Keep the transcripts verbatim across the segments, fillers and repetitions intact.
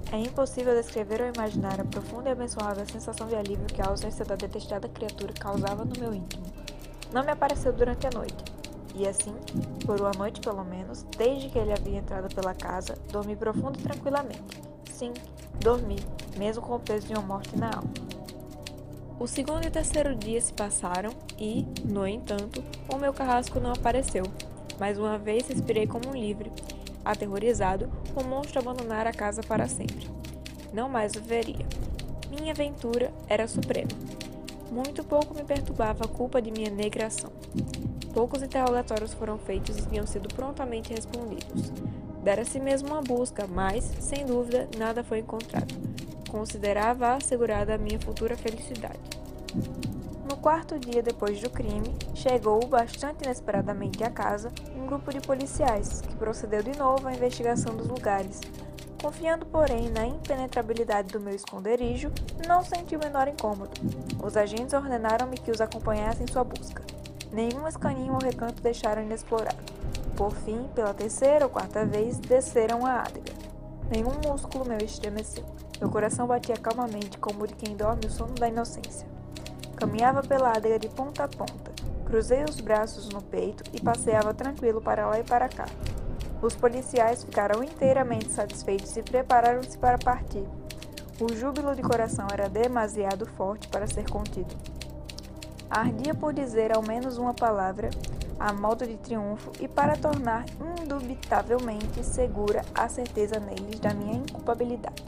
É impossível descrever ou imaginar a profunda e abençoada sensação de alívio que a ausência da detestada criatura causava no meu íntimo. Não me apareceu durante a noite, e assim, por uma noite pelo menos, desde que ele havia entrado pela casa, dormi profundo e tranquilamente. Sim, dormi, mesmo com o peso de uma morte na alma. O segundo e terceiro dia se passaram e, no entanto, o meu carrasco não apareceu. Mais uma vez respirei como um livre. Aterrorizado, o monstro abandonara a casa para sempre. Não mais o veria. Minha aventura era suprema. Muito pouco me perturbava a culpa de minha negração. Poucos interrogatórios foram feitos e tinham sido prontamente respondidos. Dera-se mesmo uma busca, mas, sem dúvida, nada foi encontrado. Considerava assegurada a minha futura felicidade. No quarto dia depois do crime, chegou, bastante inesperadamente à casa, um grupo de policiais, que procedeu de novo à investigação dos lugares. Confiando, porém, na impenetrabilidade do meu esconderijo, não senti o menor incômodo. Os agentes ordenaram-me que os acompanhassem em sua busca. Nenhum escaninho ou recanto deixaram inexplorado. Por fim, pela terceira ou quarta vez, desceram a adega. Nenhum músculo meu estremeceu. Meu coração batia calmamente, como o de quem dorme o sono da inocência. Caminhava pela adega de ponta a ponta, cruzei os braços no peito e passeava tranquilo para lá e para cá. Os policiais ficaram inteiramente satisfeitos e prepararam-se para partir. O júbilo de coração era demasiado forte para ser contido. Ardia por dizer ao menos uma palavra, a modo de triunfo, e para tornar indubitavelmente segura a certeza neles da minha inculpabilidade.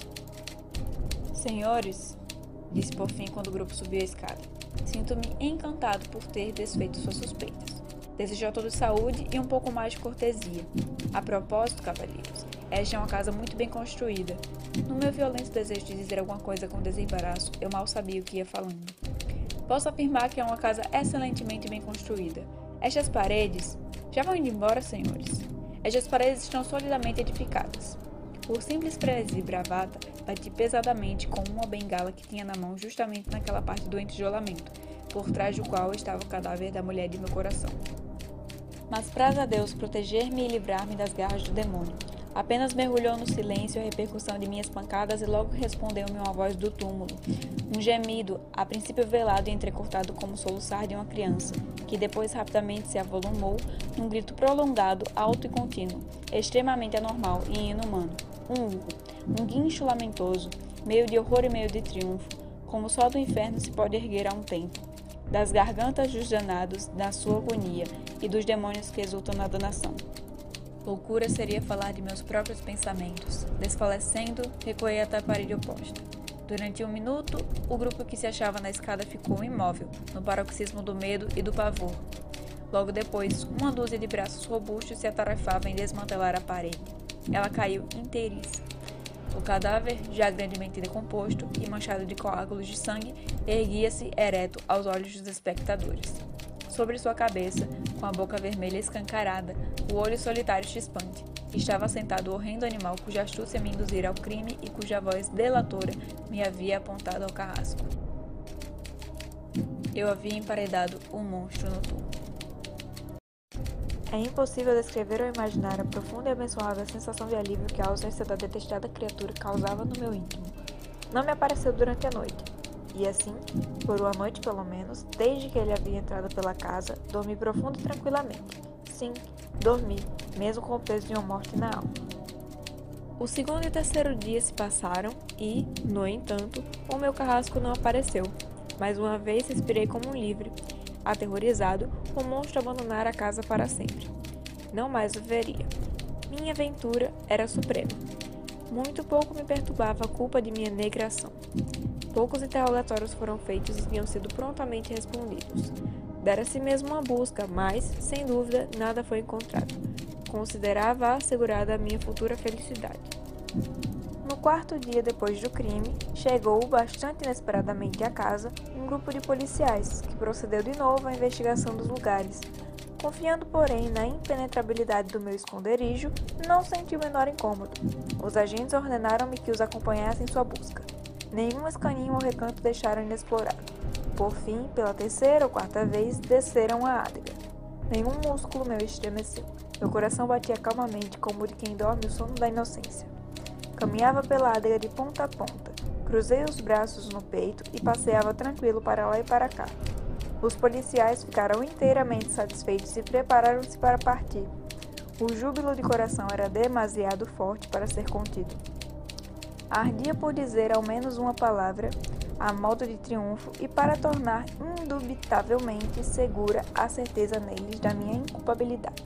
Senhores, disse por fim quando o grupo subiu a escada, sinto-me encantado por ter desfeito suas suspeitas. Desejo a todos saúde e um pouco mais de cortesia. A propósito, cavalheiros, esta é uma casa muito bem construída. No meu violento desejo de dizer alguma coisa com desembaraço, eu mal sabia o que ia falando. Posso afirmar que é uma casa excelentemente bem construída. Estas paredes... Já vão indo embora, senhores? Estas paredes estão solidamente edificadas. Por simples presa e bravata, bati pesadamente com uma bengala que tinha na mão justamente naquela parte do entijoulamento, por trás do qual estava o cadáver da mulher de meu coração. Mas praz a Deus proteger-me e livrar-me das garras do demônio. Apenas mergulhou no silêncio a repercussão de minhas pancadas e logo respondeu-me uma voz do túmulo. Um gemido, a princípio velado e entrecortado como o soluçar de uma criança, que depois rapidamente se avolumou num grito prolongado, alto e contínuo, extremamente anormal e inumano. Um urro, um guincho lamentoso, meio de horror e meio de triunfo, como só do inferno se pode erguer a um tempo, das gargantas dos danados na sua agonia e dos demônios que exultam na danação. Loucura seria falar de meus próprios pensamentos. Desfalecendo, recuei até a parede oposta. Durante um minuto, o grupo que se achava na escada ficou imóvel, no paroxismo do medo e do pavor. Logo depois, uma dúzia de braços robustos se atarefava em desmantelar a parede. Ela caiu inteiriça. O cadáver, já grandemente decomposto e manchado de coágulos de sangue, erguia-se ereto aos olhos dos espectadores. Sobre sua cabeça, com a boca vermelha escancarada, o olho solitário chispante, estava sentado o horrendo animal cuja astúcia me induzira ao crime e cuja voz delatora me havia apontado ao carrasco. Eu havia emparedado o monstro no túmulo. É impossível descrever ou imaginar a profunda e abençoada sensação de alívio que a ausência da detestada criatura causava no meu íntimo. Não me apareceu durante a noite, e assim, por uma noite pelo menos, desde que ele havia entrado pela casa, dormi profundo e tranquilamente. Sim, dormi, mesmo com o peso de uma morte na alma. O segundo e terceiro dia se passaram e, no entanto, o meu carrasco não apareceu. Mais uma vez respirei como um livre. Aterrorizado, o monstro abandonara a casa para sempre. Não mais o veria. Minha aventura era suprema. Muito pouco me perturbava a culpa de minha negração. Poucos interrogatórios foram feitos e tinham sido prontamente respondidos. Dera-se mesmo uma busca, mas, sem dúvida, nada foi encontrado. Considerava assegurada a minha futura felicidade. No quarto dia depois do crime, chegou, bastante inesperadamente à casa, um grupo de policiais, que procedeu de novo à investigação dos lugares. Confiando, porém, na impenetrabilidade do meu esconderijo, não senti o menor incômodo. Os agentes ordenaram-me que os acompanhassem em sua busca. Nenhum escaninho ou recanto deixaram inexplorado. Por fim, pela terceira ou quarta vez, desceram a adega. Nenhum músculo meu estremeceu. Meu coração batia calmamente, como o de quem dorme o sono da inocência. Caminhava pela adega de ponta a ponta, cruzei os braços no peito e passeava tranquilo para lá e para cá. Os policiais ficaram inteiramente satisfeitos e prepararam-se para partir. O júbilo de coração era demasiado forte para ser contido. Ardia por dizer ao menos uma palavra, a modo de triunfo, e para tornar indubitavelmente segura a certeza neles da minha inculpabilidade.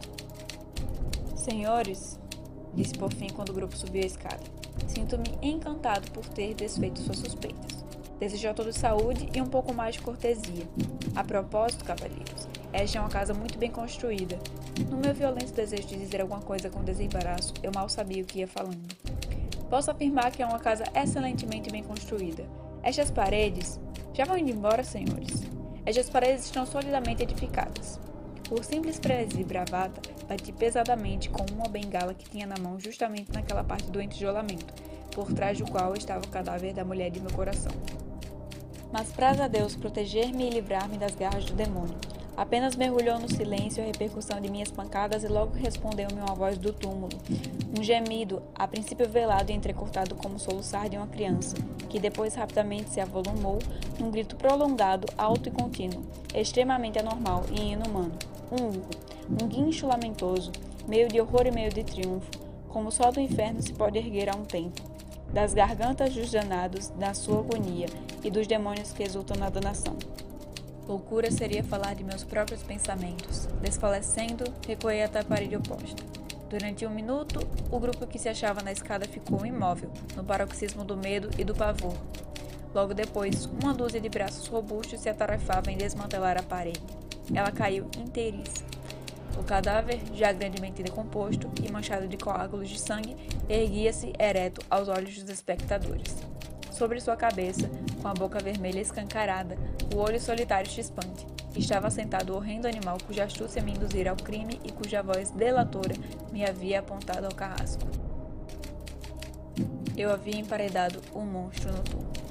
Senhores, disse por fim quando o grupo subiu a escada, sinto-me encantado por ter desfeito suas suspeitas. Desejo a todos saúde e um pouco mais de cortesia. A propósito, cavalheiros, esta é uma casa muito bem construída. No meu violento desejo de dizer alguma coisa com desembaraço, eu mal sabia o que ia falando. Posso afirmar que é uma casa excelentemente bem construída. Estas paredes... Já vão indo embora, senhores. Estas paredes estão solidamente edificadas. Por simples presa e bravata, bati pesadamente com uma bengala que tinha na mão justamente naquela parte do entijolamento, por trás do qual estava o cadáver da mulher de meu coração. Mas praza a Deus proteger-me e livrar-me das garras do demônio. Apenas mergulhou no silêncio a repercussão de minhas pancadas e logo respondeu-me uma voz do túmulo. Um gemido, a princípio velado e entrecortado como o soluçar de uma criança, que depois rapidamente se avolumou num grito prolongado, alto e contínuo, extremamente anormal e inumano. Um urro, um guincho lamentoso, meio de horror e meio de triunfo, como só do inferno se pode erguer a um tempo. Das gargantas dos danados, na sua agonia, e dos demônios que exultam na danação. Loucura seria falar de meus próprios pensamentos. Desfalecendo, recuei até a parede oposta. Durante um minuto, o grupo que se achava na escada ficou imóvel, no paroxismo do medo e do pavor. Logo depois, uma dúzia de braços robustos se atarefava em desmantelar a parede. Ela caiu inteiriça. O cadáver, já grandemente decomposto e manchado de coágulos de sangue, erguia-se ereto aos olhos dos espectadores. Sobre sua cabeça, com a boca vermelha escancarada, o olho solitário chispante, estava sentado o horrendo animal cuja astúcia me induzira ao crime e cuja voz delatora me havia apontado ao carrasco. Eu havia emparedado o monstro no túmulo.